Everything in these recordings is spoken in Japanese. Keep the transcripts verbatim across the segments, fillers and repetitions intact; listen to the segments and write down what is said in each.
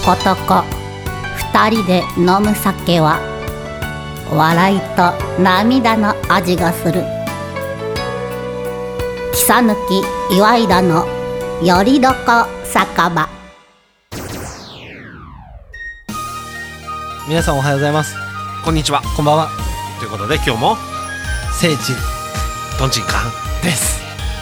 男二人で飲む酒は笑いと涙の味がする。草抜き岩井田のよりどこ酒場。 皆さんおはようございます。 こんにちは。 こんばんは。 ということで今日も聖地トンチンカンです。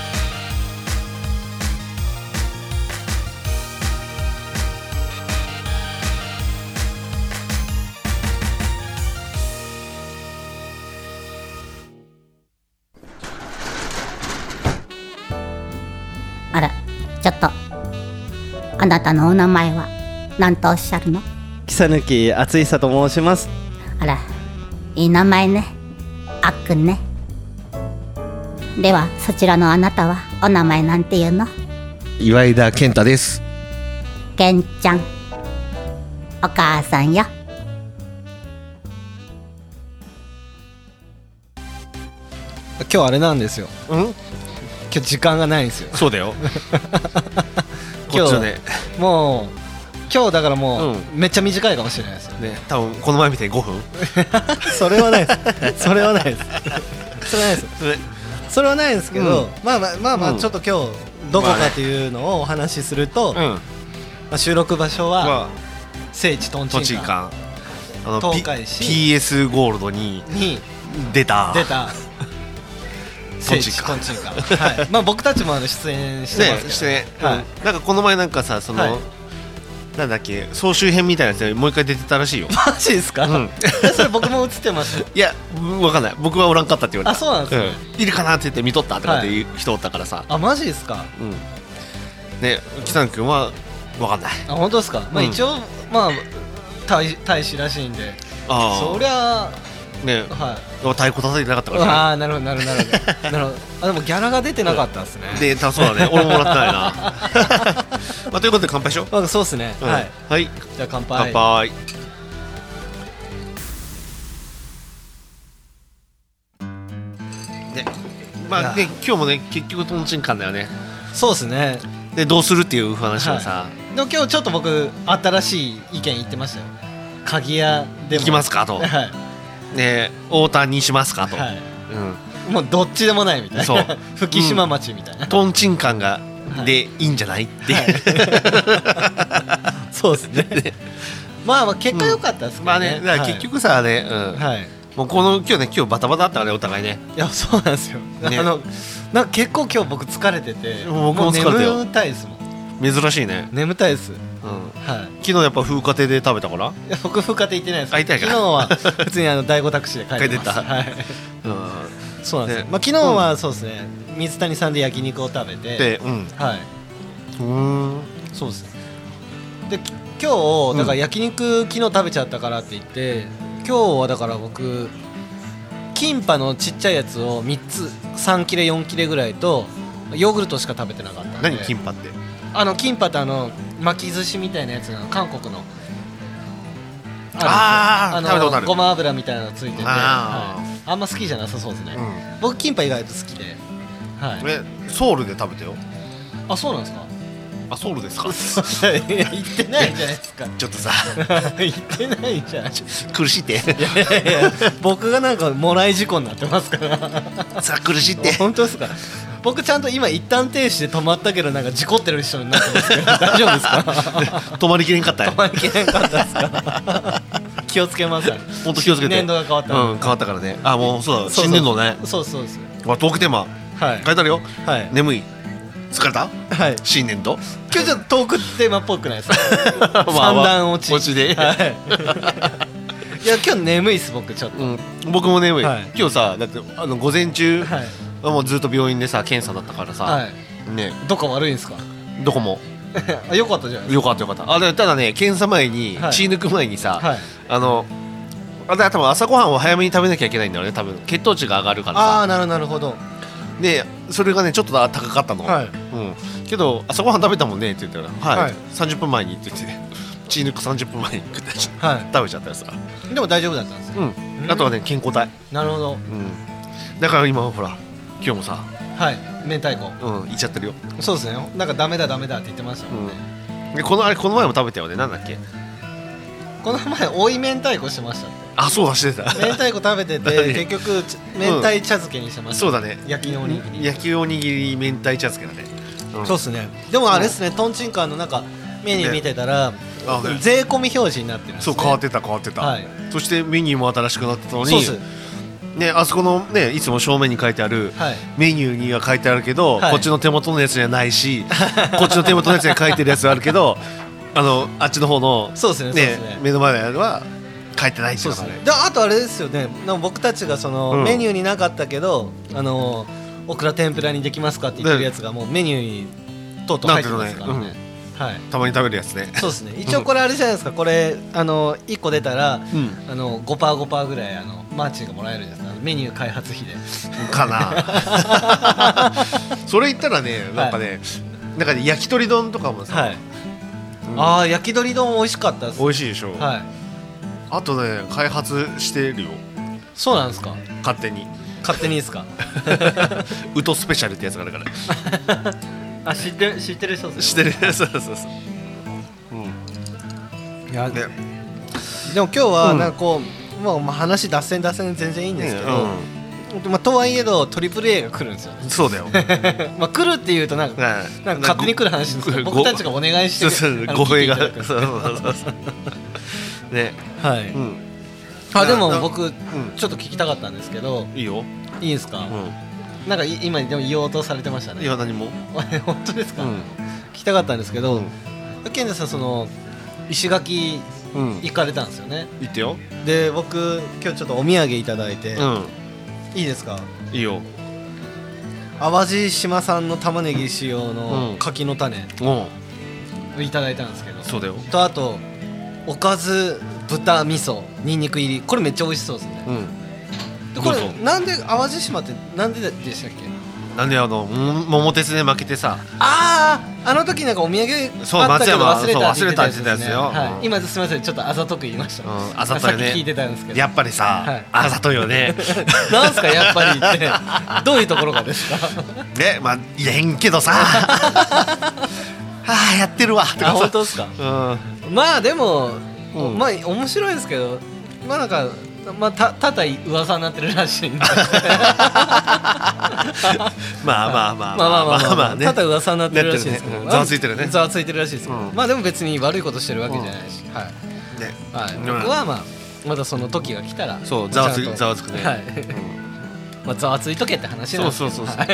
あら、ちょっとあなたのお名前は何とおっしゃるの？ 草抜き厚久と申します。 あら、いい名前ね。あっくんね。ではそちらのあなたはお名前なんていうの？ 岩井田健太です。 けんちゃん、お母さんよ。 今日あれなんですよ。 うん？ 今日時間がないんですよ。 そうだよ。 今日こっちはね、 もう今日だからもう、 うんめっちゃ短いかもしれないですよ。 ね、多分この前みたいにごふん。 それはないですそれはないですそれはないですね、 それはないですけど、 うんまあまあまあまあ、 うんちょっと今日どこかっていうのをお話しすると、 うん。 まあ、収録場所はまあ聖地トンチトンチンカンンカン、あの東海市ピーエス ゴールドにに出た出た聖地トンチンカン、はい、まあ僕たちもあの出演してますけど、 ね、してね、 はいうんなんかこの前なんかさ、その、 はいなんだっけ、総集編みたいなやつでもう一回出てたらしいよ。 マジですか、 うんえそれ僕も映ってました。 いや、わかんない。僕はおらんかったって言われた。 あ、そうなんですね、 うんいるかなって言って見とったとかっていう人おったからさ。 あ、マジですか。 うん。ね、北野君はわかんない。 あ、本当ですか。まあうん一応、まあ大大使らしいんで、 あそりゃあ、ね、 はい太鼓叩いてなかったからね。 ああ、なるほどなるほどなるほどなるほど。あ、でもギャラが出てなかったですね。 で、たそうだね。俺ももらってないな。まあ、ということで乾杯しよう。 まあそうですね、 うんはい。 はい。 じゃあ乾杯。 乾杯。ね、まあね、 いや今日もね、結局トンチンカンだよね。 そうですね。 で、どうするっていう話をさ、 でも今日ちょっと僕新しい意見言ってましたよ。鍵屋でも行きますかと。 はいね、大田にしますかと。 はい。 うん。 もうどっちでもないみたいな。 そう吹島町みたいな。 トンチンカンがはいでいいんじゃないって、 そうですね。まあまあ結果良かったですけどね。 まあね、だから結局さね、うんはい。はい。 もうこの今日ね、今日バタバタだったからね、お互いね。 いや、そうなんですよ。 ねあのなんか結構今日僕疲れてて、 僕も疲れたよう眠たいですもん。 珍しいね。 眠たいです。 うん。 はい。 昨日やっぱ風化亭で食べたから。 いや、僕風化亭行ってないです。 あ行ってないか昨日は普通にあの第五タクシーで帰ってます。 帰ってはい。 うん。 そうなんですよ。 ねまあ昨日はそうですね。水谷さんで焼肉を食べて、 で、うん。 はい。 うーん。 そうです。でき今日だから焼肉昨日食べちゃったからって言って、今日はだから僕キンパのちっちゃいやつをみっつさん切れよん切れぐらいとヨーグルトしか食べてなかったんで。 何キンパって。 あのキンパってあの巻き寿司みたいなやつなの、韓国のあーあの食べたことあるごま油みたいなのついてて、 あーはい、あんま好きじゃなさそうですね、 うん。 僕キンパ意外と好きで、はい、 え、ソウルで食べたよ。 あ、そうなんですか。 あ、ソウルですか。 いや言ってないじゃないですかちょっとさ、 言ってないじゃん。い苦しいって。 やいやいや僕がなんかもらい事故になってますからさあ苦しいって。 本当ですか。僕ちゃんと今一旦停止で止まったけどなんか事故ってる人になってますけど大丈夫ですか。 止まりきれんかったよ止。まりきれんかったですか。気をつけます。 本当気をつけて。 年度が変わったのでうん、変わったからね。あ、もうそうだ。 そうそう新年度ね。 そうそうです。 あ、トークテーマはい書いてあるよ。 はい眠い。疲れた？ はい。 新年度。 今日ちょっとトークテーマっぽくないですか。 まあ三段落ち。 落ちではい。いや今日眠いっす僕ちょっと。 うん、僕も眠い。 はい今日さ、だってあの午前中はい。 もうずっと病院でさ検査だったからさ、 はい。 ね、 どっか悪いんですか。 どこもあ、よかったじゃないですよかったよかった。あ、でただね、検査前にはい血抜く前にさ、 か。はい。 あのあれ多分朝ごはんを早めに食べなきゃいけないんだよね。多分血糖値が上がるからさ。 ああ、なるなるほど。 でそれがねちょっと高かったの。 はい。 うん。けど朝ごはん食べたもんねって言ったら、はい。 はいさんじゅっぷんまえにって言って血抜くさんじゅっぷんまえに食っては食べちゃったやつだ。 い。でも大丈夫だったんですよ。 うん。あとはね健康体。 なるほど。 うん。だから今ほら今日もさ、 はい。明太子。 うん、いっちゃってるよ。 そうですね。なんかダメだダメだって言ってましたもんね。 でこのあれこの前も食べたよね。なんだっけ。 この前追い明太子してましたって。 あ、そうだ、してた。 明太子食べてて結局明太茶漬けにしてました、 そうだね、 焼きのおにぎり。 焼きおにぎり明太茶漬けだね、うん、 そうっすね。でもあれっすね、トンチンカンのなんかメニュー見てたら、ね、税込み表示になってるんですね。 そう、変わってた変わってた、はい、そしてメニューも新しくなってたのに、 そうっすね、あそこのね、いつも正面に書いてある、はい、メニューには書いてあるけど、はい、こっちの手元のやつにはないしこっちの手元のやつには書いてるやつはあるけどあのあっちの方の、 そうですね、そうですね、 目の前のやつは書いてないっていうのがね。 で、あとあれですよね、なんか僕たちがその、うん、メニューになかったけど、あのオクラ天ぷらにできますかって言ってるやつがもうメニューにとうとう入ってますからね、うん、はい、 たまに食べるやつね。 そうですね。一応これあれじゃないですか、これあのいっこ出たら、うん、あの ごパーセントごパーセント ぐらいあのマーチンがもらえるんですか、メニュー開発費でかなそれ言ったらね、なんかね、はい、なんかね、焼き鳥丼とかもさ、はい、うん、ああ、焼き鳥丼美味しかったです。 美味しいでしょ、 はい、 あとね、開発してるよ。 そうなんですか。 勝手に勝手にですかウトスペシャルってやつがあるからあ、知ってる、知ってる人ですね。知ってるそうそうそう、 うん、いや、ね、でも今日はなんかこう、うん、まあ話脱線脱線全然いいんですけど、うん、まあ、とはいえどトリプル A が来るんですよ。 そうだよまあ来るっていうとなんか、なんか勝手に来る話ですけど、僕たちがお願いしてる、 そうそう、語弊がそうそうそうね、 はい、うん、あ、でも僕、うん、ちょっと聞きたかったんですけど。 いいよ。 いいですか、うん、なんか今でも言おうとされてましたね。 いや、何も本当ですか、うん、聞きたかったんですけど、うん、健太さん、その石垣行かれたんですよね、 うん、行ってよ。 で、僕今日ちょっとお土産いただいて、うん、いいですか。 いいよ。 淡路島産の玉ねぎ使用の柿の種、うん、いただいたんですけど、 そうだよ。 とあとおかず豚味噌にんにく入り、これめっちゃ美味しそうですね、うん、でこれなんで淡路島ってなんででしたっけ。 なんであの桃鉄で負けてさ、 ああ、あの時なんかお土産あったけど忘れたって言ってたやつですね。はい、今すみません、ちょっとあざとく言いました。うん、あざといね。さっき聞いてたんですけど、 やっぱりさ、はい、あざといよね。 なんすかやっぱりってどういうところがですか。 ね、まあ言えんけどさ、はあ、やってるわ。 あ、本当ですか。うん、まあでも、うん、まあ面白いですけど、まあなんか。まあ、たただ噂になってるらしいんでまあまあまあまあまあまあまあまあ、ね、ただ噂になってるらしいですけど、 ざわついてるね、 ざわついてるらしいですけど、うん、まあでも別に悪いことしてるわけじゃないし、うん、はい、ね、はい、僕はまあまだその時が来たら、 そう、ざわつくざわつくね、はい、うん、 まあざわついとけって話なんですけど、そうそうそうそう、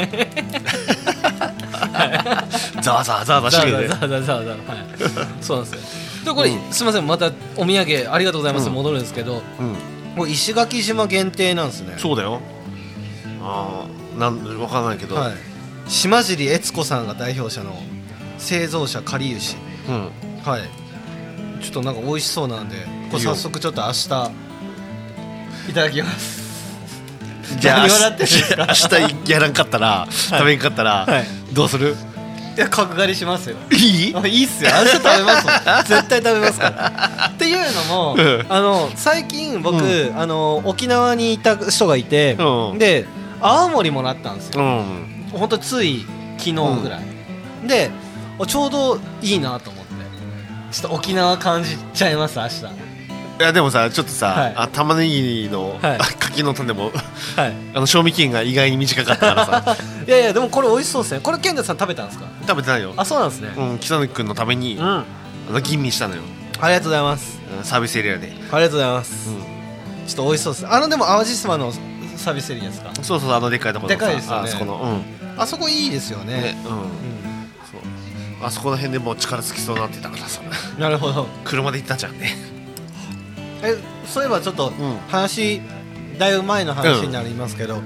ざわざわざわしてるね、 ざわざわざわざわ、はい、そうなんですよ。でこれ、うん、すみません、またお土産ありがとうございます、うん、戻るんですけど、うん、これ石垣島限定なんですね。 そうだよ。ああ、なん分からないけど、はい、 島尻悦子さんが代表者の製造者かりゆし、うん、はい、ちょっとなんか美味しそうなんで、これ早速ちょっと明日いただきます。 じゃあ明日やらんかったら、はい、食べんかったら、はい、どうする？ いや、角刈りしますよ。 いい？ いいっすよ。明日食べますもん。絶対食べますから。っていうのも、うん、あの最近僕、うん、あの沖縄にいた人がいて、うん、で青森もらったんですよ。うん、本当つい昨日ぐらい、うん、でちょうどいいなと思って、ちょっと沖縄感じちゃいます明日。 いやでもさ、ちょっとさ、はい、あ玉ねぎの、はい、柿の種も、はい、あの賞味期限が意外に短かったからさいやいや、でもこれ美味しそうですね。これ健太さん食べたんですか？ 食べてないよ。 あ、そうなんですね。 うん、北野君のために、うん、あの吟味したのよ。 ありがとうございます。 サービスエリアで。ありがとうございます、うん、ちょっと美味しそうです。あのでも淡路島のサービスエリアですか？ そうそう、あのでかいところ。 でかいですよね。 あそこの、 うん、あそこいいですよね。ね、うん、うん、そう。 あそこの辺でもう力尽きそうになってたからさ。 なるほど。 車で行ったじゃんね。 え、そういえばちょっと話、うん、だいぶ前の話になりますけど、うん、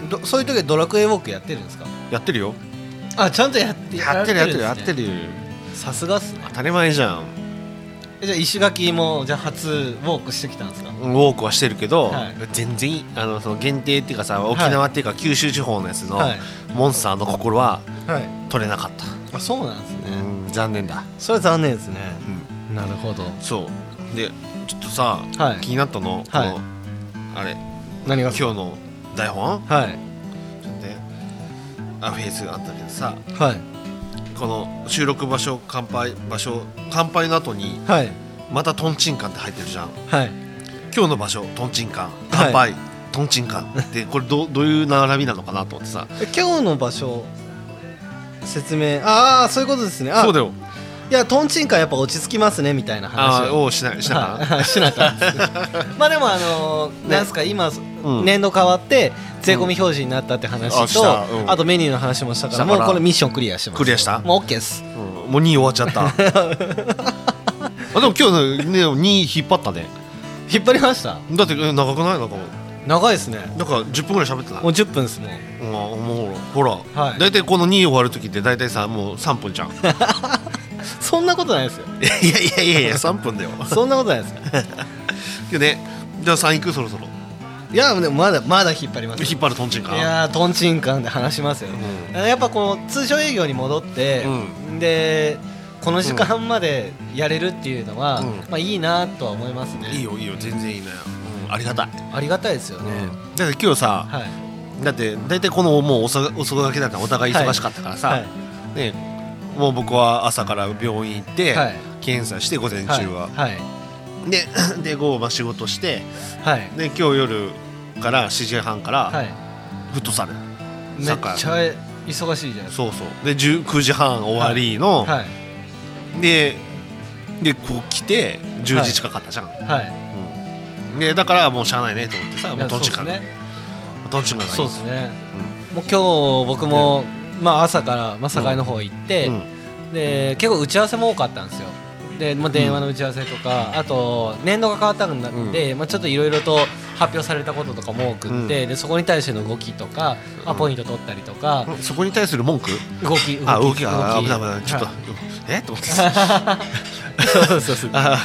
どそういう時はドラクエウォークやってるんですか？ やってるよ。 あ、ちゃんとやってやってるやってるやってる。 さすがっすね。 当たり前じゃん。 じゃあ石垣もじゃあ初ウォークしてきたんですか？ウォークはしてるけど、はい、全然あのその限定っていうかさ、沖縄っていうか九州地方のやつのモンスターの心は取れなかった、はい、 あ、そうなんですね。 うん、残念だ。 それは残念ですね、うん、なるほど。 そうでちょっとさ、はい、気になったの、はい、このあれ何が今日の台本、 はい、 ちょっとね、あフェイスがあったけどさ、 はい、 この収録場所乾杯場所乾杯の後に、 はい、 またトンチンカンって入ってるじゃん。 はい。 今日の場所トンチンカン、乾杯、はい、トンチンカンってこれ ど, どういう並びなのかなと思ってさ。 今日の場所説明、ああそういうことですね。あそうだよ。 いやトンチンカンやっぱ落ち着きますねみたいな話をしなしなかったしなかったまあでもあのーね、なんすか今、うん、年度変わって税込み表示になったって話と、うん あ, うん、あとメニューの話もしたから、もうこれミッションクリアしてます。 クリアした。 もう OK です、 うん、もうにい終わっちゃったあでも今日ねにい引っ張ったね。 引っ張りました。 だって長くない？なんか長いですね。 なんかじゅっぷんぐらい喋ってない？ もうじゅっぷんですもん。 もうもうほら、はい、だいたいこのにい終わる時ってだいたいさもうさんぷんじゃんそんなことないですよ。 いやいやいやいやさんぷんだよそんなことないですよでね、じゃあさん行くそろそろ。 いやでもまだまだ引っ張ります。 引っ張るトンチンカン。 いやトンチンカンで話しますよ、うん、やっぱこう通常営業に戻って、うん、でこの時間までやれるっていうのは、うんまあ、いいなとは思いますね。 いいよいいよ全然いいのよ、うん、ありがたいありがたいですよね、 うん、だって今日さ、はい、だって大体このもうおそ遅がけだったらお互い忙しかったからさ、はいはいね、もう僕は朝から病院行って、はい、検査して午前中は、はいはい、で, で午後は仕事して、はい、で今日夜からしちじはんから、はい、フットサルめっちゃ忙しいじゃないですか。 そうそうでくじはん終わりの、はいはい、で, でこう来てじゅうじ近かったじゃん、はいはいうん、でだからもうしゃあないねと思ってさもうどっちかねどっちかがいい。 そうですね、うん、もう今日僕も、まあ、朝からまあ堺の方行って、うんうん、で結構打ち合わせも多かったんですよ。で、まあ、電話の打ち合わせとか、うん、あと年度が変わったんだって、うんまあ、ちょっといろいろと発表されたこととかも多くって、うん、でそこに対しての動きとか、うんまあ、ポイント取ったりとか、 うん、そこに対する文句動きあ動きが危ない危ないちょっと、はい、えっと思ってそうそうそうはい、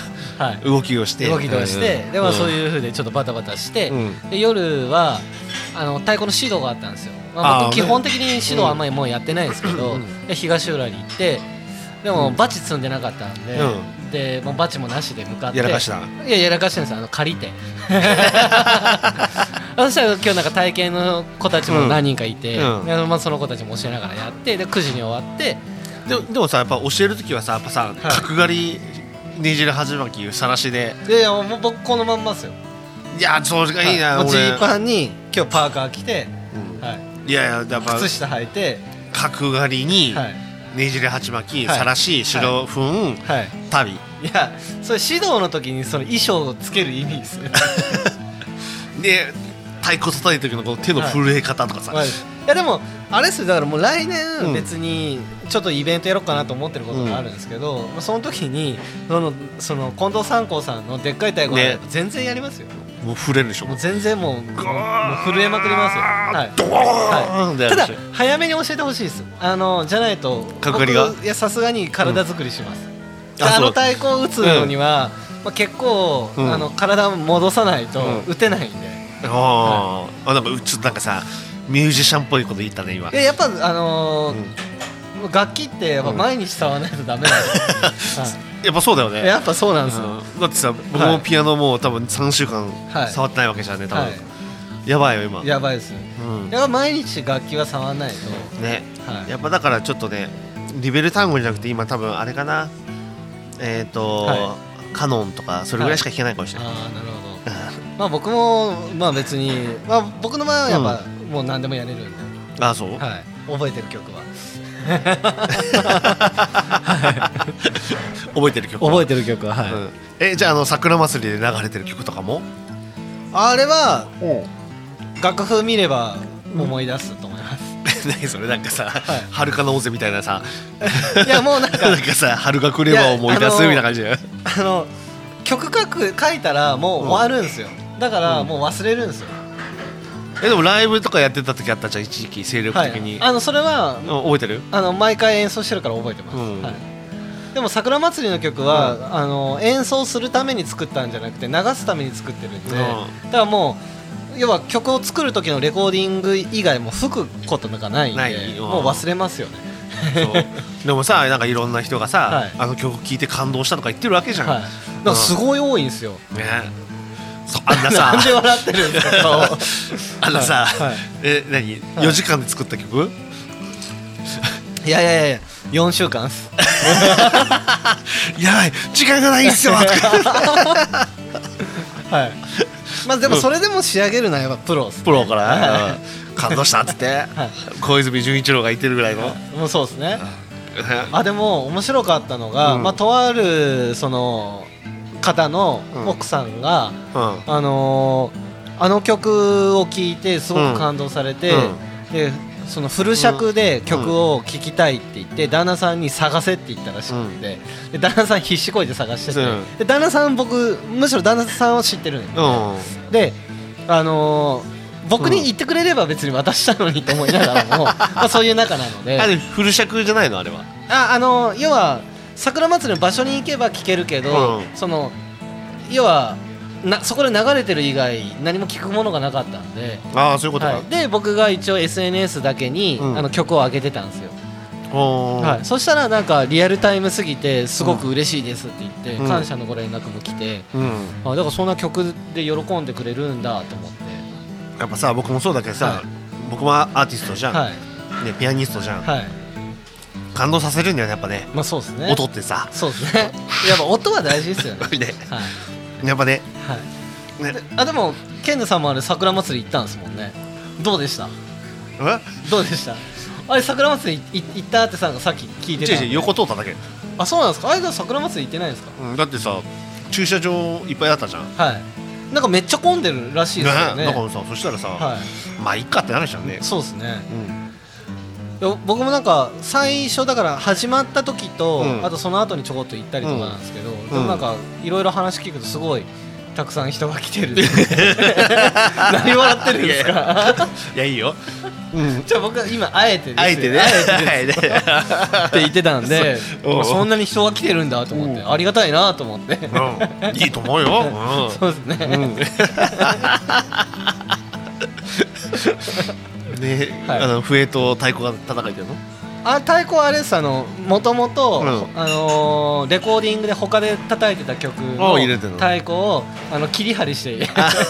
動きをして動きをして、うん、でまあ、そういう風でちょっとバタバタして、うん、で夜はあの太鼓の指導があったんですよ、まあ、僕基本的に指導はあんまりもうやってないんですけど、うん、で東浦に行ってでもバチ積んでなかったんで、うん、でもうバチもなしで向かってやらかしたいややらかしてるんですよ。あの借りてそしたら今日なんか体験の子たちも何人かいて、うんうんまあ、その子たちも教えながらやってでくじに終わってで も, でもさやっぱ教えるときはさやっぱさ、はい、角刈りねじりはじまきさらしでいやいやもう僕このまんまですよ。 いやそれがいいな、 はい、ジーパンに今日パーカー着て、 うんはい、いやいややっぱ靴下履いて角刈りに、はいねじり鉢巻き、はい、さらし、白粉、はいはい、旅。いや、それ指導の時にその衣装をつける意味ですねで、太鼓叩いた時のこの手の震え方とかさ、はいはい、いやでもあれですよ、だからもう来年別にちょっとイベントやろうかなと思ってることがあるんですけど、うん、その時にそのその近藤三光さんのでっかい太鼓で全然やりますよ、ね、 もう震えるでしょ。 もう全然もう、もう震えまくりますよ。はい。ドーン、はい、ただ早めに教えてほしいです。あのじゃないと角刈りがいやさすがに体作りします。うん、あ, あの太鼓を打つのには、うんまあ、結構、うん、あの体を戻さないと打てないんで。 うん、あ、はい、あなんかちょっとなんかさミュージシャンっぽいこと言ったね今。 えやっぱあのーうん、楽器ってやっぱ毎日触らないとダメなんですよ。はいやっぱそうだよね。 やっぱそうなんですよ、 うん、だってさ僕もピアノも多分さんしゅうかん触ってないわけじゃんね多分、はい、やばいよ今。 やばいです、うん、やっぱ毎日楽器は触らないとね、はい、やっぱだからちょっとねリベル単語じゃなくて今多分あれかなえっ、ー、と、はい、カノンとかそれぐらいしか弾けないかもしれない、はい、ああなるほどまあ僕もまあ別に、まあ、僕の場合はやっぱ、うん、もう何でもやれるんで。 ああそう、 はい、覚えてる曲は覚えてる曲覚えてる曲は、はいうん、 えじゃあ、 あの桜祭りで流れてる曲とかもあれは楽譜見れば思い出すと思います、 うん、何それなんかさ、はい、はるかの尾瀬みたいなさいやもうなんかなんかさ春が来れば思い出すみたいな感じであの曲書く書いたらもう終わるんですよ、うん、だからもう忘れるんですよ。 えでもライブとかやってた時あったじゃん一時期精力的に、 はい、あのそれは覚えてるあの毎回演奏してるから覚えてます、うんはい、でも桜祭りの曲は、うん、あの演奏するために作ったんじゃなくて流すために作ってるんで、うん、だからもう要は曲を作る時のレコーディング以外も吹くことがないんでない、うん、もう忘れますよねそうでもさなんかいろんな人がさ、はい、あの曲聴いて感動したとか言ってるわけじゃん、はい、だからすごい多いんですよ、 ねあんなさなんで笑ってるんですかあんなさ、はいはい、え何、はい、よじかんで作った曲いやいやいやよんしゅうかんっすやばい時間がないっすよはいまあでもそれでも仕上げるのはやっぱプロっす、ね、 プロから、うん、感動したっつって、はい、小泉純一郎が言ってるぐらいの、はい、 もうそうですねあでも面白かったのが、うんまあ、とあるその方の奥さんが、うん、あのー、あの曲を聴いてすごく感動されて、うん、でそのフル尺で曲を聴きたいって言って、うん、旦那さんに探せって言ったらしくて、うん、で旦那さん必死こいで探してて、うん、で旦那さん僕むしろ旦那さんを知ってるんで、うん、であのー僕に言ってくれれば別に渡したのにと思いながらも、うんまあ、そういう仲なのであれフル尺じゃないのあれはあ、あの要は桜祭りの場所に行けば聴けるけど、うん、その要はなそこで流れてる以外何も聞くものがなかったんでああそういうことか、 はい、で僕が一応 エスエヌエス だけに、うん、あの曲を上げてたんですよ、はい、そしたらなんかリアルタイムすぎてすごく嬉しいですって言って、うん、感謝のご連絡も来て、うん、あだからそんな曲で喜んでくれるんだと思ってやっぱさ僕もそうだけどさ、はい、僕はアーティストじゃん、はいね、ピアニストじゃん、はい、感動させるんだよねやっぱね、 まあそうですね、 音ってさそうですねやっぱ音は大事ですよねね、 はい、やっぱね、 はいね、あでもケンヌさんもあれ桜祭り行ったんですもんねどうでしたえどうでしたあれ桜祭り行ったってさんがさっき聞いてたんで違う違う横通っただけあそうなんですかあれで桜祭り行ってないんですか、 うん、だってさ駐車場いっぱいあったじゃんはいなんかめっちゃ混んでるらしいですよね。 だからさ、そしたらさ、はい、まあいっかってなるじゃんね。 そうですね。うん、僕もなんか最初だから始まった時と、うん、あとその後にちょこっと行ったりとかなんですけど、うん、でもなんかいろいろ話聞くとすごいたくさん人が来てる。何笑ってるんですか。 いやいいよ。 うん、じゃあ僕は今あえてですあえてね、 あえてですって言ってたんで、そ, そんなに人が来てるんだと思ってありがたいなと思って、 うん、いいと思うよ、うん、 そうですね、うんね、はい、あの笛と太鼓が叩いてるのあ太鼓はあれですもともとレコーディングで他で叩いてた曲の太鼓をあの切り張りして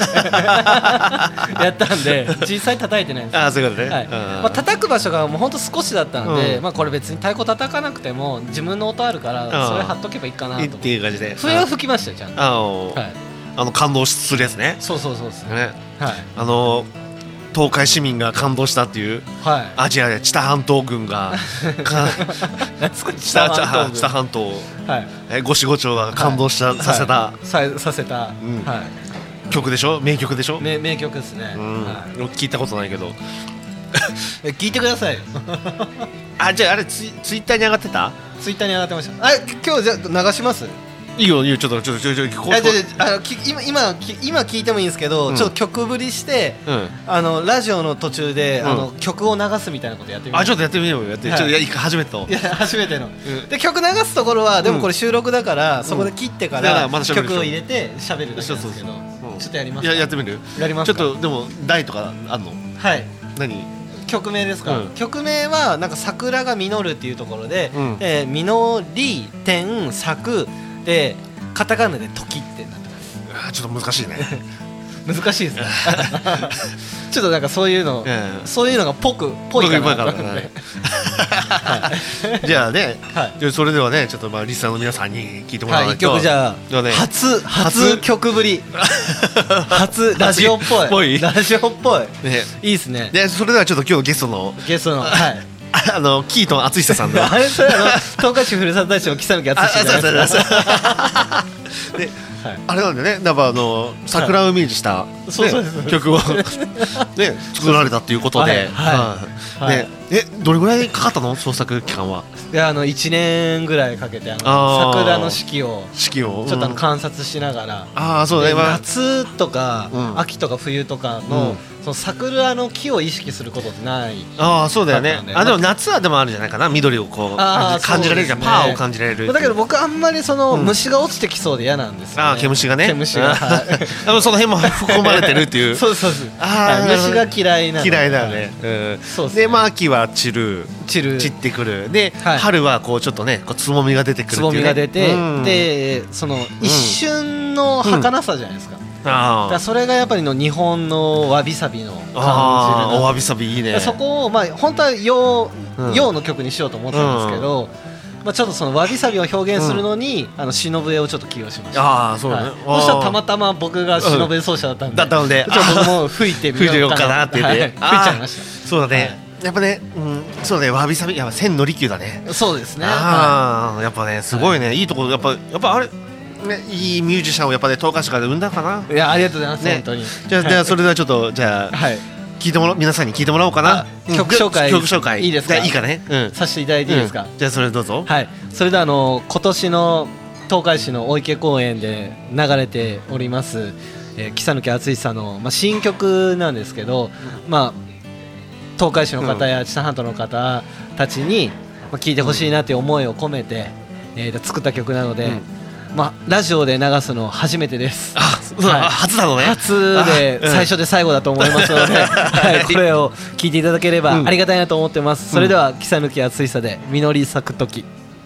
やったんで実際叩いてないんです。 あそういうことね、 はいまあ、叩く場所がもうほんと少しだったんで、うんまあ、これ別に太鼓叩かなくても自分の音あるからそれ貼っとけばいいかなと思ってっていう感じで笛は吹きましたよちゃんと。あ、はい、 あの感動するやつね。 そうそうそうですね、 はい、あの東海市民が感動したっていう、はい、アジアで知多半島軍が知多半島、はい、五市五町が感動した、はい、させた、 はい、させた、うんはい、 曲でしょ名曲でしょ名, 名曲ですね、うんはい、聞いたことないけど聞いてくださいよあじゃああれツイ、ツイッターに上がってたツイッターに上がってましたあ今日じゃあ流しますいいよいいよちょっとちょっとちょっとちょっとあの今今今聞いてもいいんですけど、うん、ちょっと曲振りして、うん、あのラジオの途中で、うん、あの曲を流すみたいなことやってみよう。 あちょっとやってみようよやって、はい、ちょっとや初めてといや初めての、うん、で曲流すところはでもこれ収録だから、うん、そこで切ってから、うん、曲を入れて喋るだけなんですけど、そうそうそうちょっとやりますか。 ややってみるやりますか。 ちょっとでも題とかあんのはい何曲名ですか、うん、曲名はなんか桜が実るっていうところで、うんえー、実り点咲でカタカナで時ってなってます。 ちょっと難しいね難しいですねちょっとなんかそういうの、うん、そういうのがぽくぽいかなと思って、はい、 じゃあね、はい、それではねちょっとまあリスナーの皆さんに聞いてもらわないと、 はい、一曲じゃあ、ね、初初曲ぶり初ラジオっぽいラジオっぽい、ね、いいですね。 でそれではちょっと今日のゲストのゲストのはいあのキートン淳久さんのあれそれあの東海市ふるさと大使の木更木淳久じゃないですか。 で、はい、あれなんだよね、なんかあの桜をイメージした、ねはい、曲を、ね、作られたっていうことで、はいはいね、えどれぐらいかかったの創作期間は。 いやあのいちねんぐらいかけてあの桜の四季を四季をちょっとあの観察しながら、 あそうね、 夏とか、うん、秋とか冬とかの、うんその桜の木を意識することってない。 ああそうだよね。あでも夏はでもあるんじゃないかな、緑をこう感じられるじゃん、ね、パワーを感じられる。 だけど僕あんまりその虫が落ちてきそうで嫌なんですよね。 ああ毛虫がね。 毛虫が。 でもその辺も含まれてるっていう。 そうそうそう。ああ虫が嫌いなの。 嫌いだよね。うん。そうですね。でまあ秋は散る散る散ってくる。で、はい、春はこうちょっとねこうつぼみが出てくるっていう、ね。 つぼみが出て、うん、でその一瞬の儚さじゃないですか。 うだからそれがやっぱりの日本のわびさびの感じるあおわびさびいいね。 そこをまあ本当は洋、うん、洋の曲にしようと思ったんですけど、うんまあ、ちょっとそのわびさびを表現するのに、うん、あの忍笛をちょっと起用しました。 ああそうね、はい、 そしたらたまたま僕が忍笛奏者だったんで、うん、 だったのでちょっと僕も吹いてみようかなって言って、はい、吹いちゃいました。 そうだね、はい、やっぱね、うん、そうだねわびさびやっぱ千利休だね。 そうですね。 ああ、はい、やっぱねすごいね、はい、いいところやっぱやっぱあれね、いいミュージシャンをやっぱね東海市から生んだかな。 いやありがとうございます、ね、本当に。 じゃあ、はい、じゃあそれではちょっとじゃあ、はい、聞いてもら皆さんに聞いてもらおうかな。 曲紹介曲紹介いいですか。 いいかね、うん、 させていただいていいですか、 うん、じゃあそれどうぞ。 はい、それではあの今年の東海市のお池公園で流れております、えー、木佐貫敦さんの、まあ、新曲なんですけど、まあ、東海市の方や知多半島の方たちに、まあ、聴いてほしいなという思いを込めて、えー、作った曲なので、うんまあ、ラジオで流すの初めてです。 あ、そう、はい、初なのね。 初で最初で最後だと思いますので、うんはい、これを聞いていただければありがたいなと思ってます、うん、それでは木佐貫敦さで実り咲く時。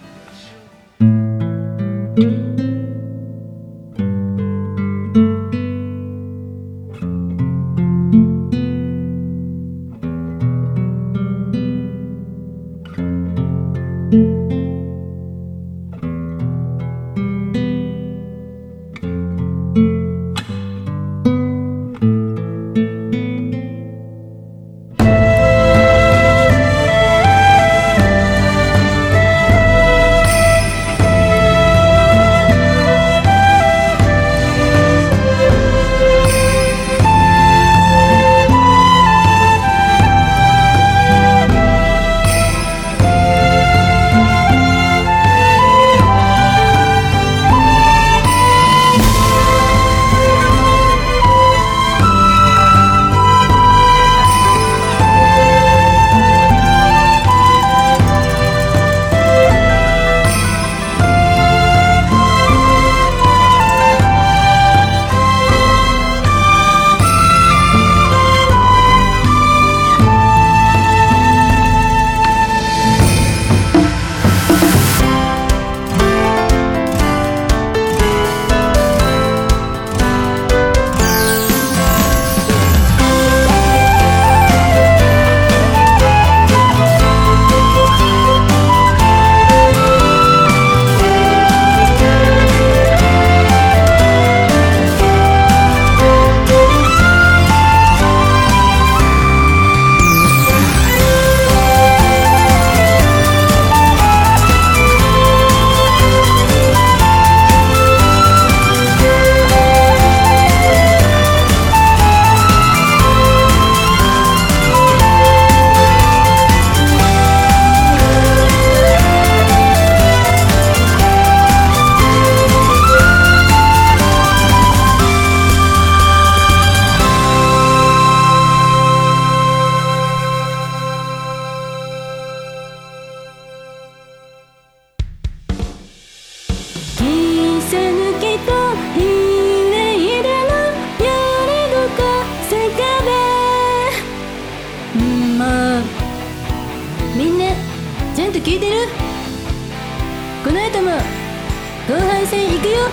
聞いてる？この後も後半戦行くよ。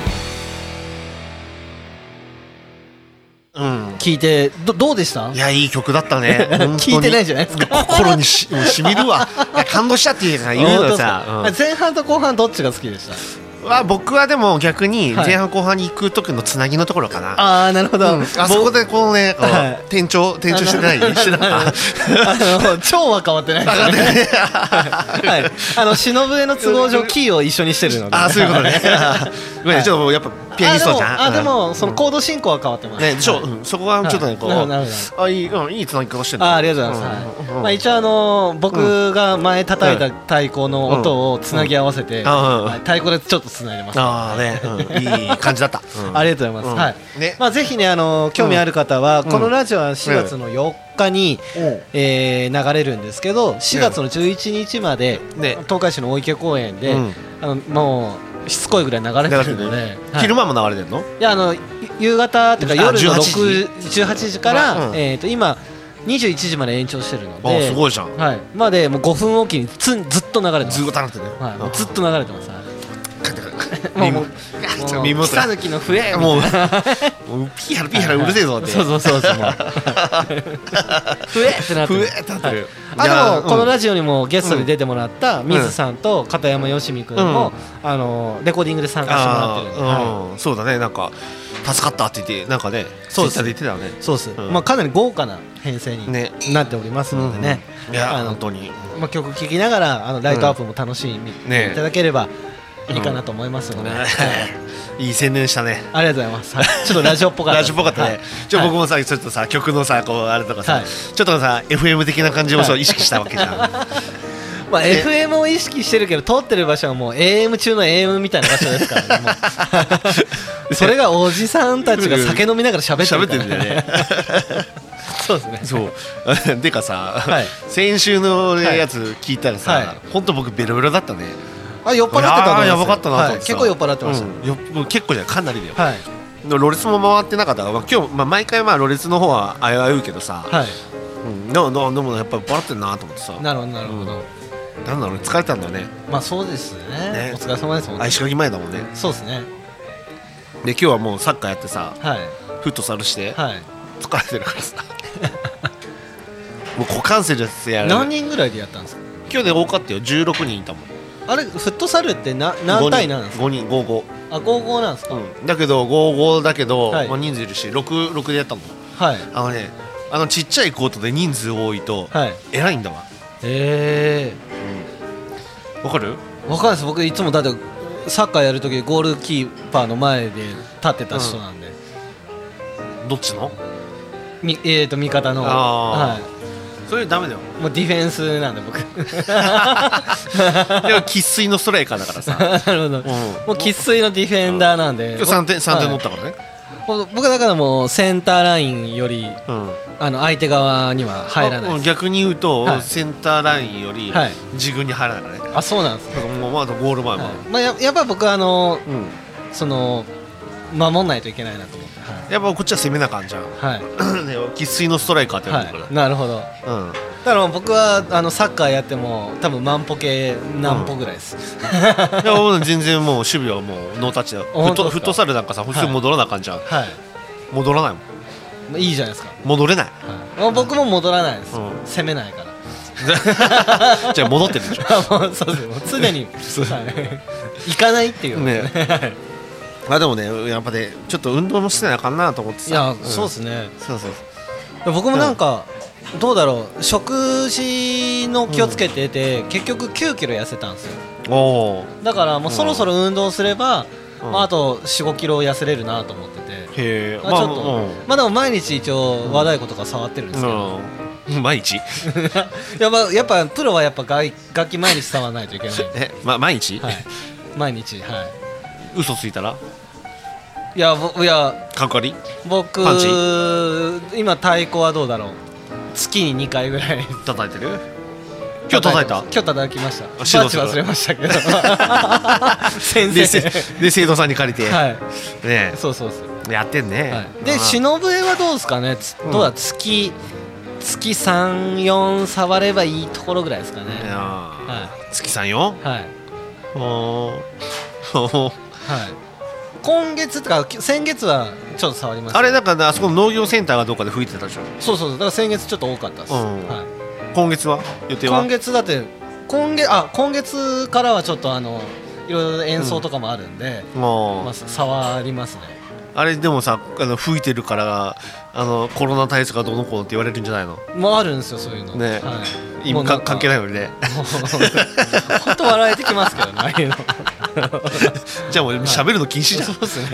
うん、聞いて ど, どうでした？ いやいい曲だったね聞いてないじゃないですか。 心にししみるわ。感動しちゃって言うのさ、 うん、前半と後半どっちが好きでした？ は僕はでも逆に前半後半に行く時のつなぎのところかな、はい、 ああなるほど、 うん、あそこでこのねこう、はい、転調転調してないしてなかった超は変わってないですねはい、あの忍笛の都合上キーを一緒にしてるのであそういうことねごめん、ちょっとやっぱピアニストじゃん。 あでも、あでもそのコード進行は変わってますね。ちょ、うん、そこはちょっとねこう、はい、あいい、うん、いいつなぎ方してる。 あありがとうございます、うんはいまあ、一応あの僕が前叩いた太鼓の音をつなぎ合わせて、うんうんはい、太鼓でちょっとつないでます。 ああね、うん、いい感じだった、 うん、ありがとうございます、うんはいねまあ、ぜひねあの興味ある方は、うん、このラジオはしがつのよっかに、うんえー、流れるんですけどしがつのじゅういちにちまで、ね、東海市の大池公園で、うん、あのもうしつこいぐらい流れてるので、ねはい、 昼間も流れてるの？ いやあの夕方というか夜のじゅうはちじから、うんえー、と今にじゅういちじまで延長してるので、 あすごいじゃん、 はい、まあでもうごふんおきにつずっと流れてます。 ずっと流れてね、 はい、ずっと流れてます。 もうもう耳元草抜きの笛もうピーハラピーハラうるせえぞってそうそうそうそう笛ってなってる笛ってなってるあでもこのラジオにもゲストで出てもらった水さんと片山よしみくんもあのレコーディングで参加してもらってるんでうんそうだねなんか助かったって言ってなんかねそうですツイッターで言ってたよねそうですまあかなり豪華な編成になっておりますのでねいや本当にまあ曲聴きながらあのライトアップも楽しみいただければいいかなと思いますので、 うん、いい宣伝したねありがとうございます、はい、ちょっとラジオっぽかったラジオっぽかったね、はい、ちょ僕もさちょっとさ曲のさこうあれとかさ、はい、ちょっとさ エフエム 的な感じを意識したわけじゃん、 まあ、エフエム を意識してるけど通ってる場所はもう エーエム 中の エーエム みたいな場所ですからねもうそれがおじさんたちが酒飲みながら喋ってるからんだよねそうですねそうでかさ、はい、先週のやつ聞いたらさ、はい、ほんと僕ベロベロだったねあ酔っ払ってたのやばかったなと思って、はい、 結構酔っ払ってました、 うん、結構じゃかなりだよ、 はい、 ロレスも回ってなかったから、まあ、今日、まあ、毎回まあロレスの方は危ういけどさ、はいうん、でもでもやっぱり酔っ払ってるなと思ってさなるほどなるほど、うん、 なんだろう疲れたんだよねまあそうです ね, ねお疲れ様ですもんね石垣前だもんねそうですねで今日はもうサッカーやってさ、はい、フットサルして、はい、疲れてるからさもう股関節やる何人ぐらいでやったんですか今日で多かったよじゅうろくにんいたもんあれフットサルってな何対なんですかごにんごじゅうごあごじゅうごなんですか、 うん、だけどごじゅうごだけど、はいまあ、人数いるしろくろくでやったもんはいあのねあのちっちゃいコートで人数多いと、はい、偉いんだわへえわ、うん、かるわかんないです僕いつもだってサッカーやるときゴールキーパーの前で立ってた人なんで、 うん、どっちのみえーと味方のはいそれダメだよもうディフェンスなんで僕でも生粋のストライカーだからさなるほど、うん、もう生粋のディフェンダーなんで、 うん、今日さんてんさんてん乗ったからね、 はい、僕だからもうセンターラインより、うん、あの相手側には入らないです逆に言うと、はい、センターラインより自分に入らないからね、 はい、あそうなんですだからもうまだゴール前も、はいまあ、や, やっぱ僕はあの、うん、その守んないといけないなと思って、はい、 やっぱこっちは攻めな感じゃんはい生粋のストライカーって言われるから、 はい、なるほど、うん、だから僕はあのサッカーやっても多分万歩計何歩ぐらいです、うん、いや全然もう守備はもうノータッチだフット、フットサルなんかさ普通戻らなあかんじゃん、はい、戻らないもんいいじゃないですか戻れない、 はい、僕も戻らないです、うん、攻めないからじゃあ戻ってるでしょもうそうですもう常に、はい、行かないっていうねあでもねやっぱねちょっと運動もしてないかなと思ってさいや、うん、そうですねそうそうそう僕もなんか、うん、どうだろう食事の気をつけてて、うん、結局きゅうキロ痩せたんですよおだからもうそろそろ運動すれば、うんまあ、あと よん、ごキロ痩せれるなと思っててへえ、まあ、ちょっと、まあうん、まあでも毎日一応和太鼓とか触ってるんですけど、 うん、毎日やっぱやっぱプロはやっぱ楽器毎日触らないといけないえ、ま、毎日、 はい、毎日はい嘘ついたらいやぼいやかかり僕今太鼓はどうだろう月ににかいぐらい叩いてる今日叩いた今日叩きましたバッチ忘れましたけど先生で生徒さんに借りて、はいね、 そうそうそうやってんね、はい、 で篠笛はどうですかねどうだ月月さん、よん触ればいいところぐらいですかねいや、 はい、月さん、よんはいおはい今月とか先月はちょっと触りました、 ね、あれなんかあそこの農業センターがどうかで吹いてたでしょそうそうだから先月ちょっと多かったです、うんはい、 今月は予定は今月だって今月あ今月からはちょっとあのいろいろ演奏とかもあるんで、うんまあ、触りますねあれでもさあの吹いてるからあのコロナ対策がどうのこうのって言われるんじゃないのもうあるんですよそういうのね、はい、今か関係ないのにね本当笑えてきますけどねああいうのじゃあもう喋るの禁止じゃん、はい、そうですね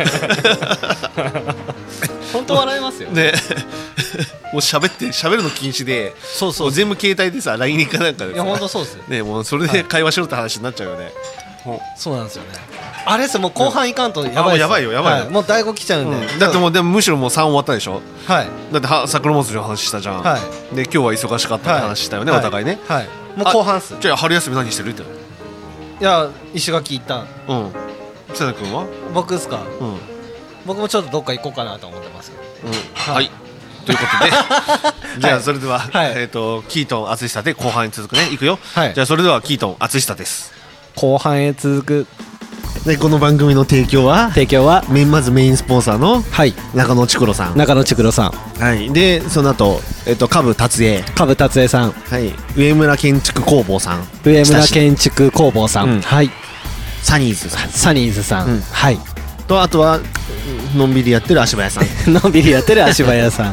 本当笑えますよねもう喋って喋るの禁止でそうそう全部携帯でさ ライン かなんかでさいや本当そうですねもうそれで会話しろって話になっちゃうよね、 はい、そうなんですよねあれですよもう後半いかんとやばいです、 やばいよやばいよ、はい、 もうだいご来ちゃうんで、 うん、だってもうでもむしろもうさん終わったでしょはいだっては桜祭りの話したじゃん、はい、で今日は忙しかったって話したよね、はい、お互いねはいもう後半っすじゃあ春休み何してるっていや石垣行ったうん瀬田君は僕ですか、うん、僕もちょっとどっか行こうかなと思ってます、 うん、はい、はい、ということでじゃあそれでは、はいえー、とキートン淳久で後半に続くねいくよ、はい、じゃあそれではキートン淳久です後半へ続くでこの番組の提供は提供はメインまずメインスポンサーのはい中野ちくろさん、 中野ちくろさん、 はいでその後えっと下部達也、 下部達也さん、 はい上村建築工房さん、 上村建築工房さん、 うんはいサニーズさんサニーズさん、 うんはいとあとはのんびりやってる足早さんのんびりやってる足早さん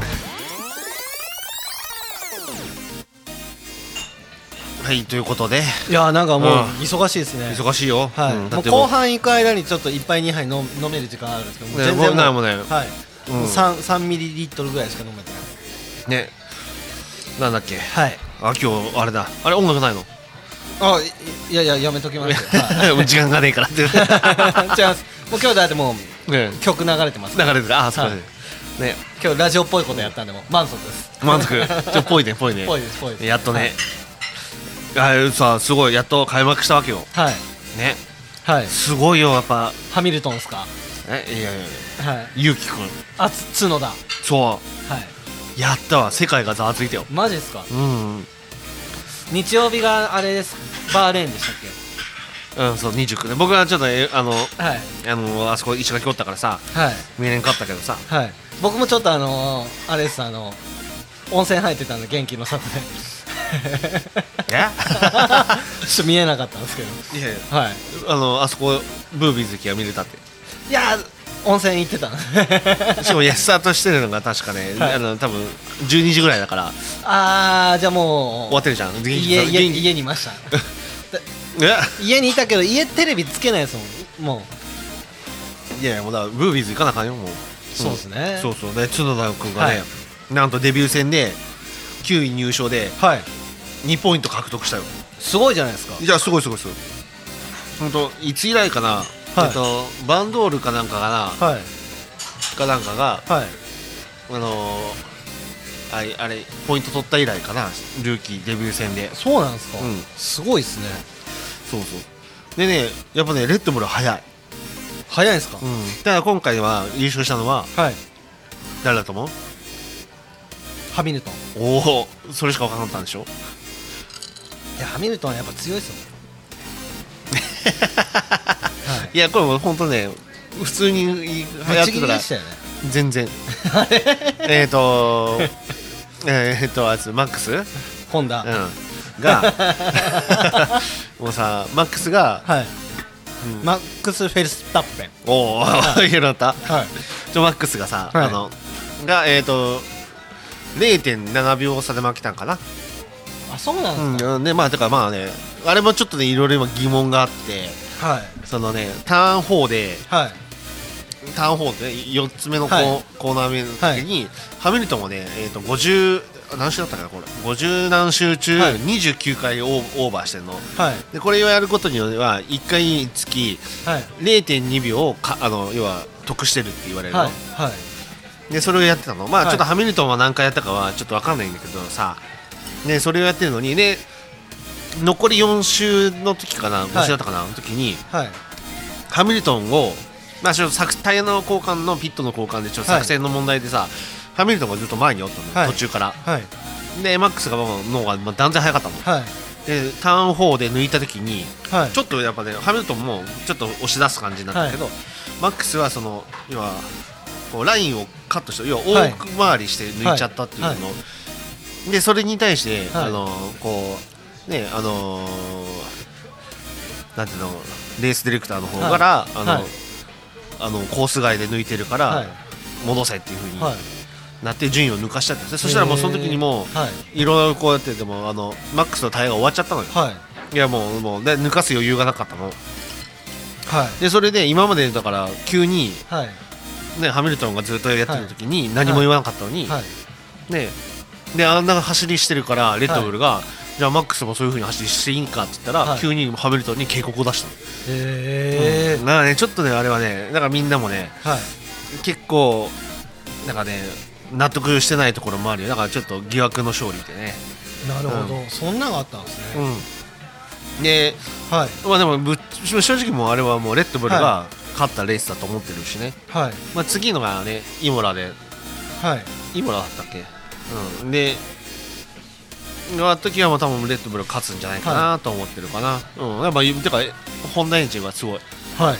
はいということでいやなんかもううん忙しいですね、 忙しいよ、 はい、 うんだってもう後半行く間にちょっといっぱいにはい飲飲める時間あるんですけどもう全然もうねもうないもんねはい、 うんもう 3, 3ミリリットルぐらいしか飲めてないねなんだっけはいあ今日あれだあれ音楽ないのあいいやいややめときますよ、はいもう時間がねえからって違いますもう今日だってもうね曲流れてます流れてるあそうはいねね今日ラジオっぽいことやったんでもう満足です満足ちょっぽいねぽいねぽいですぽいですやっとねあさすごいやっと開幕したわけよはいねはい、はい、 すごいよやっぱハミルトンですかえいやいやいやはいゆうきくんあつ角田はそうやったわ世界がざわついたよいマジですかうんうん日曜日があれですバーレーンでしたっうんそうにじゅうくね僕はちょっとえあのけはいあのあそこ石垣おったからさはい見れんかったけどさはい僕もちょっとあのー、あれですあの温泉入ってたんで元気の里でえちょっと見えなかったんですけどいやいやはいあのあそこブービーズキが見れたっていやー温泉行ってたしかもスタートしてるのが確かね、 はいあの多分じゅうにじぐらいだからあーじゃあもう終わってるじゃん家家元気家にいましたえ家にいたけど家テレビつけないですもんもういやいやもうだからブービーズ行かなあかんよもうそうですねそうそうで角田君がね、 はいなんとデビュー戦できゅうい入賞ではいにポイント獲得したよすごいじゃないですかいやすごいすごいすごいほんといつ以来かな、 はいえっとバンドールかなんかかな、 はいかなんかがはいあのー、あいあれポイント取った以来かなルーキーデビュー戦でそうなんですか、 うんすごいですねそうそうでねやっぱねレッドブル早い、 早いんですか、 うん、だから今回は優勝したのははい誰だと思うハミルトンおおそれしか分からなかったんでしょいやハミルトンはやっぱ強いですもんはいいやこれも本当ね普通にぶっちぎやってたらりでしたよね全然えっとえーっとあいつマックス、うん、 ホンダ、 がもうさマックスが、 はい、 うんマックス・フェルスタッペンおおいろいろあったはいちょマックスがさ、 はいあのがえっ、と れいてんななびょう差で負けたんかな、 あそうなんですか、 うん、でまあだからまあねあれもちょっとねいろいろ今疑問があってはいそのねターンフォーではいターンフォーでよっつ目のこう、 はいコーナー目の時に、ハミルトンもね、えー、とごじゅう何周だったかなこれごじゅう何周中、 はいにじゅうきゅうかいオーオーバーしてんのはいでこれをやることにはいっかいにつきはいれいてんにびょうをかあの要は得してるって言われるの、 はいはいでそれをやってたのまあ、 はいちょっとハミルトンは何回やったかはちょっと分かんないんだけどさねそれをやってるのにね残りよん周の時かなご周だったかな、の時にはいハミルトンをまあちょっと作タイヤの交換のピットの交換でちょっと作戦の問題でさ、ハミルトンがずっと前におったの、 はい途中からはいでマックスがの方がまあ断然速かったのはいでターンフォーで抜いた時にはいちょっとやっぱねハミルトンもちょっと押し出す感じになったけど、マックスはその要はこうラインをカットして要は大回りして抜いちゃったっていうの、 はいでそれに対して、 はいあのこうねあのーなんていうのレースディレクターの方から、 はいあの、 はいあのコース外で抜いてるから、 はい戻せっていう風にはいなって順位を抜かしちゃって、そしたらもうその時にもうはいいろいろこうやっててもあのマックスのタイヤが終わっちゃったのよ。 はいいやもうもうで抜かす余裕がなかったのはいでそれで今までだから急に、 はいね、ハミルトンがずっとやってる時に何も言わなかったのに、 はいね、であんな走りしてるからレッドブルが、じゃあマックスもそういう風に走りしていいんかって言ったら、 はい急にハミルトンに警告を出したの、 へえうんだからねちょっとねあれはねだからみんなもねはい結構なんかね納得してないところもあるよだからちょっと疑惑の勝利でねなるほど、そんなのがあったんですね、 うんではいまあでもぶっ正直もうあれはもうレッドブルがは勝ったレースだと思ってるしね、 はいまあ、次のがねイモラではいイモラだったっけうんでの時はもう多分レッドブル勝つんじゃないかなと思ってるかな、うんやっぱてかホンダエンジンはすごいはい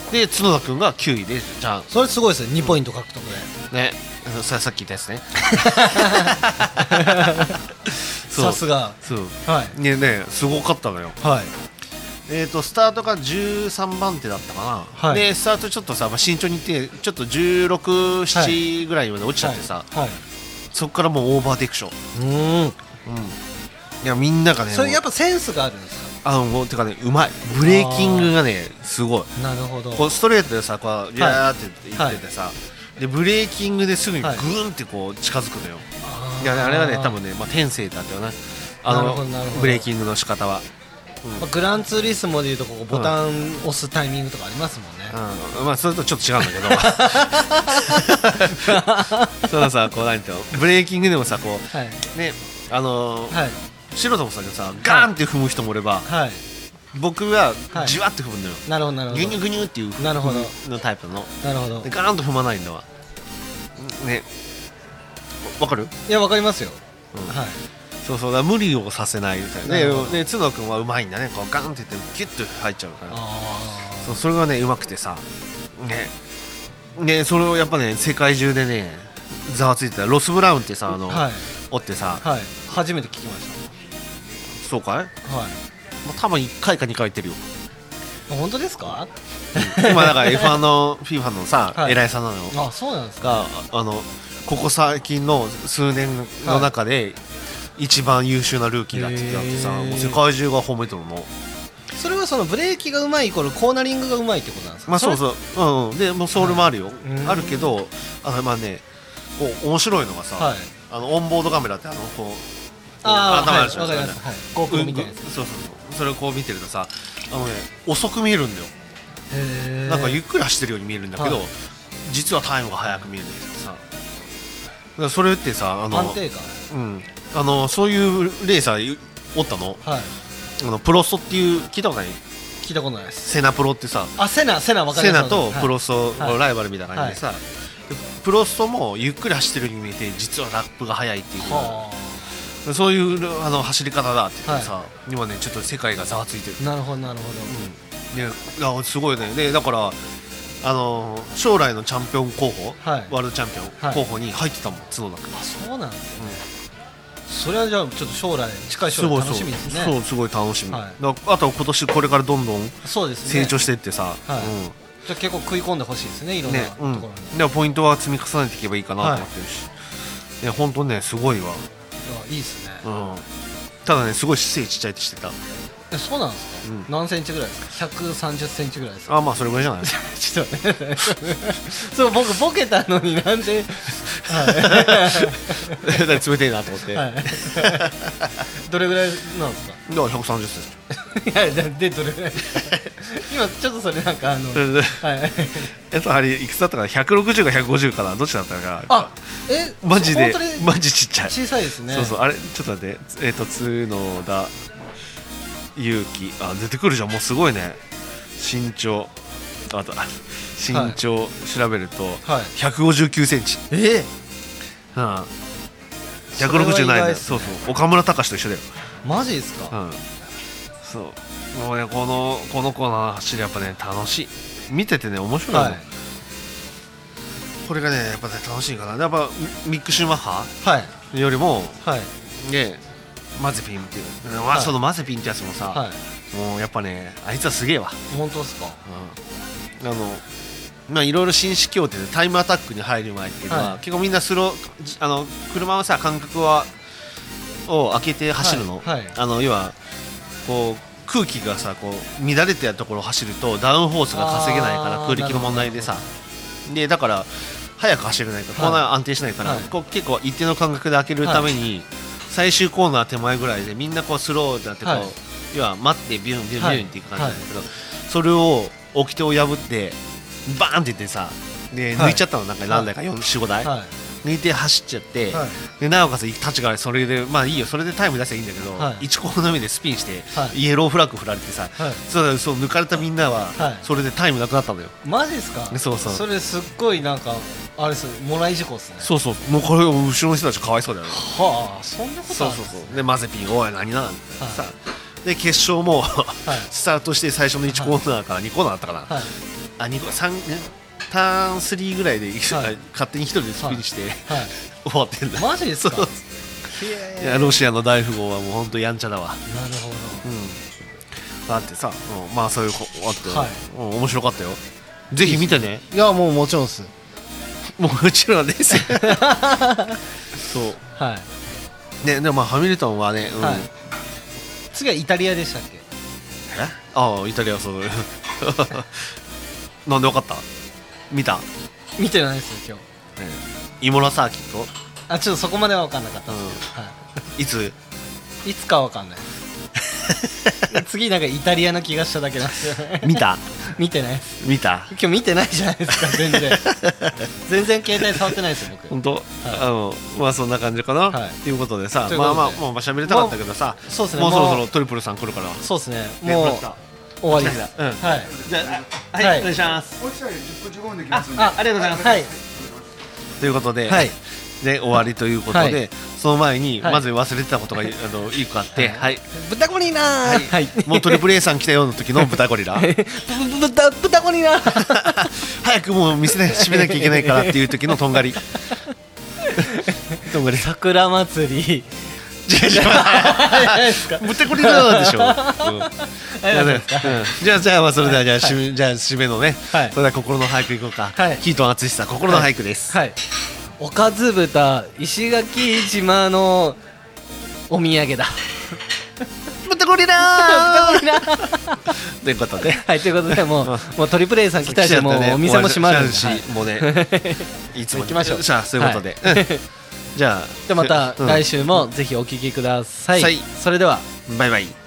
で角田君がきゅういでじゃん。 それすごいですね、にポイント獲得でね、それさっき言ったやつねさすが。 そうはいねねすごかったのよ。 はい。 えーとスタートがじゅうさんばん手だったかな、 はい、 でスタートちょっとさ、まあ、慎重にいってちょっとじゅうろく、ななぐらいまで落ちちゃってさ、 はいはい、 そこからもうオーバーテクション。うん、うん、いやみんながねそれやっぱセンスがあるんですか。 あのもうてかねうまいブレーキングがねすごい。 なるほど。 こうストレートでさこうギャーって言っててさ、はい、でブレーキングですぐにグーンってこう近づくのよ、はい、いやあれはね多分ね、まあ、天性だったよなあのブレーキングの仕方は。うんまあ、 グランツーリスモでいうとここボタン押すタイミングとかありますもんね、 うんうん、まあそれとちょっと違うんだけどそのさこう何ていうのブレーキングでもさこう、はい、ねあのーはい、素人もささガーンって踏む人もおれば、はい、僕はじわって踏むのよ、はい、なるほどなるほど、グニュグニュっていうなるほどのタイプのなるほどでガーンと踏まないのはねわかる？ いやわかりますよ、 うん、はいそうそうだ無理をさせないみたいなで角田君はうまいんだねこうガンっていってキュッと入っちゃうからそうそれがねうまくてさねねそれをやっぱね世界中でねざわついてた。ロス・ブラウンってさあの、はい、おってさ、はい、 初めて聞きました。 そうかい、はい、まあ、多分いっかいかにかい言ってるよ。 本当ですか？ 今だから エフワン の FIFA のさ、はい、偉いさんなのよ。 あ、そうなんですか。 あのここ最近の数年の中で、はい一番優秀なルーキーだって言ってさ、もう世界中が褒めてるの。 それはそのブレーキがうまいイコールコーナリングがうまいってことなんですか？ まあそうそう、うんうん、でもうソールもあるよ、はい、あるけどあのまあねこう面白いのがさ、はい、あのオンボードカメラってあのこうああ、はい、わかります。はい、GoProみたいなやつ、 そうそうそう、それをこう見てるとさあのね遅く見えるんだよ。へえ。なんかゆっくり走ってるように見えるんだけど、はい、実はタイムが速く見えるんだけどさ、だからそれってさあの安定感、 うんあのそういうレーサーおったの、はい、あのプロストっていう聞いたことない？ 聞いたことないです。 セナプロってさあセナセナ分かります。 セナとプロストのライバルみたいな感じでさ、はいはい、プロストもゆっくり走ってるように見えて実はラップが速いっていう、そういうあの走り方だって言ってさ、はい、今ねちょっと世界がざわついてる。 なるほどなるほど、うん、ですごいね。でだからあの将来のチャンピオン候補、はい、ワールドチャンピオン候補に入ってたもん、角田君。 あ、そうなんですね、うんそれはじゃあちょっと将来近い将来楽しみですね。 そうすごい楽しみ、はい、だあとは今年これからどんどんそうですね成長していってさ、はいうん、じゃあ結構食い込んでほしいですねいろんなところに、ねうん、 でポイントは積み重ねていけばいいかなと思ってるし、はい、ね本当ねすごいわ。 いいですね、 うん、ただねすごい姿勢ちっちゃいって知ってた。 えそうなんですか、うん、何センチぐらいですか？ひゃくさんじゅっセンチぐらいですか？ あまあそれぐらいじゃないちょっとねそう僕ボケたのになんではい冷てえなと思って、はい、 どれぐらいなんですか？ だからひゃくさんじゅっセンチいやでどれぐらい今ちょっとそれなんかあのはいえっとあれいくつだったかなひゃくろくじゅうかひゃくごじゅうかなどっちだったかあえマジでマジちっちゃい小さいですね。 そうそうあれちょっと待ってえっと角田勇気あ出てくるじゃんもうすごいね身長あと身長、はい、調べると、はい、ひゃくごじゅうきゅうセンチええー、うん、ひゃくろくじゅうないね。そうそう岡村隆史と一緒だよ。 マジですか？ うんそうもうねこのこの子の走りやっぱね楽しい見ててね面白いの、はい、これがねやっぱね楽しいかな。やっぱミック・シューマッハ、はい、よりも、はい、ねマゼピンっていう、はい、そのマゼピンってやつもさ、はい、もうやっぱねあいつはすげえわ。 本当ですか？ うん、あのまあいろいろ新式協定でタイムアタックに入る前っていうのは、はい、結構みんなスローあの車はさ間隔はを開けて走るの、はいはい、あの要はこう空気がさこう乱れてたところを走るとダウンフォースが稼げないから空力の問題でさでだから速く走れないからコーナー安定しないから、はい、こう結構一定の間隔で開けるために、はい、最終コーナー手前ぐらいでみんなこうスローだってこう、はい、要は待ってビュンビュンビュンっていく感じなんだけど、はい、それを掟を破ってバーンっていってさで抜いちゃったのなんか何台かよん、ごだい、はい、抜いて走っちゃって、はい、でなおかつ立ちがそれでまあいいよそれでタイム出せばいいんだけど、はい、いちコーナー目でスピンして、はい、イエローフラッグ振られてさ、はい、そうそう抜かれたみんなは、はい、それでタイムなくなったのよ。 マジですか？ そうそうそれすっごいなんかあれですもらい事故っすね。 そうそうもうこれ後ろの人たちかわいそうだよね。 はあそんなことあるんですか？ そうそうそうでマゼピンおい何なんてさ、はい、で決勝も、はい、スタートして最初のいちコーナーからにコーナーだったかな、はい、 あにこさんターンスリーぐらいで、はい、勝手に一人でスピンして、はい、終わってんだ。 マジですか。 いやロシアの大富豪はもう本当やんちゃだわ。 なるほど、 うん、だってさ、うん、まあそういうこあって、 はい、 うん、面白かったよ。ぜひ見てね。 いやもうもちろんです。 もちろんですよ。そうはいね。でもまあハミルトンはね、うん、はい、 次はイタリアでしたっけ。 えああイタリアそうなんでわかった。見た見てないですよ今日、 ね、イモラサーキット。 あちょっとそこまでは分かんなかったんですけど、うん、はい、 いついつか分かんない次なんかイタリアの気がしただけなんですよね。 見た見てない見た今日見てないじゃないですか全然全然携帯触ってないですよ僕。 本当、はい、あのまあそんな感じかな、はい、っていうことでさ、まあまあもう喋りたかったけどさ、 そうですね、 もうそろそろトリプルさん来るから。 そうですね、もう終わりだ。うん、はい、 じゃあはい、はい、お願いします。あ、あ、ありがとうございます。はい、ということで、はい、で終わりということで、はい、その前にまず忘れてたことが、はい、あのいっこあって、はいはい、 豚ゴリラー、はいはい、 もうトリプル A さん来たよの時の豚ゴリラ豚豚ゴリラー早くもう店で閉めなきゃいけないからっていう時のとんがりとんがり桜祭り豚ゴリラでしょ、うん、じゃあじゃあまあそれではじゃあ締め、じゃあ締めのね、はい、それでは心の俳句いこうか、はい、キートン淳さん心の俳句です、 はいはい、おかず豚石垣島のお土産だ豚ゴリラーということで、 はい、ということでもうもうトリプル A さん来たし、ね、もうお店も閉まるし、 はい、もうねいつも行きましょう。 じゃあそういうことで、はい、じゃあでまた来週もぜひお聞きください、うん、それではバイバイ。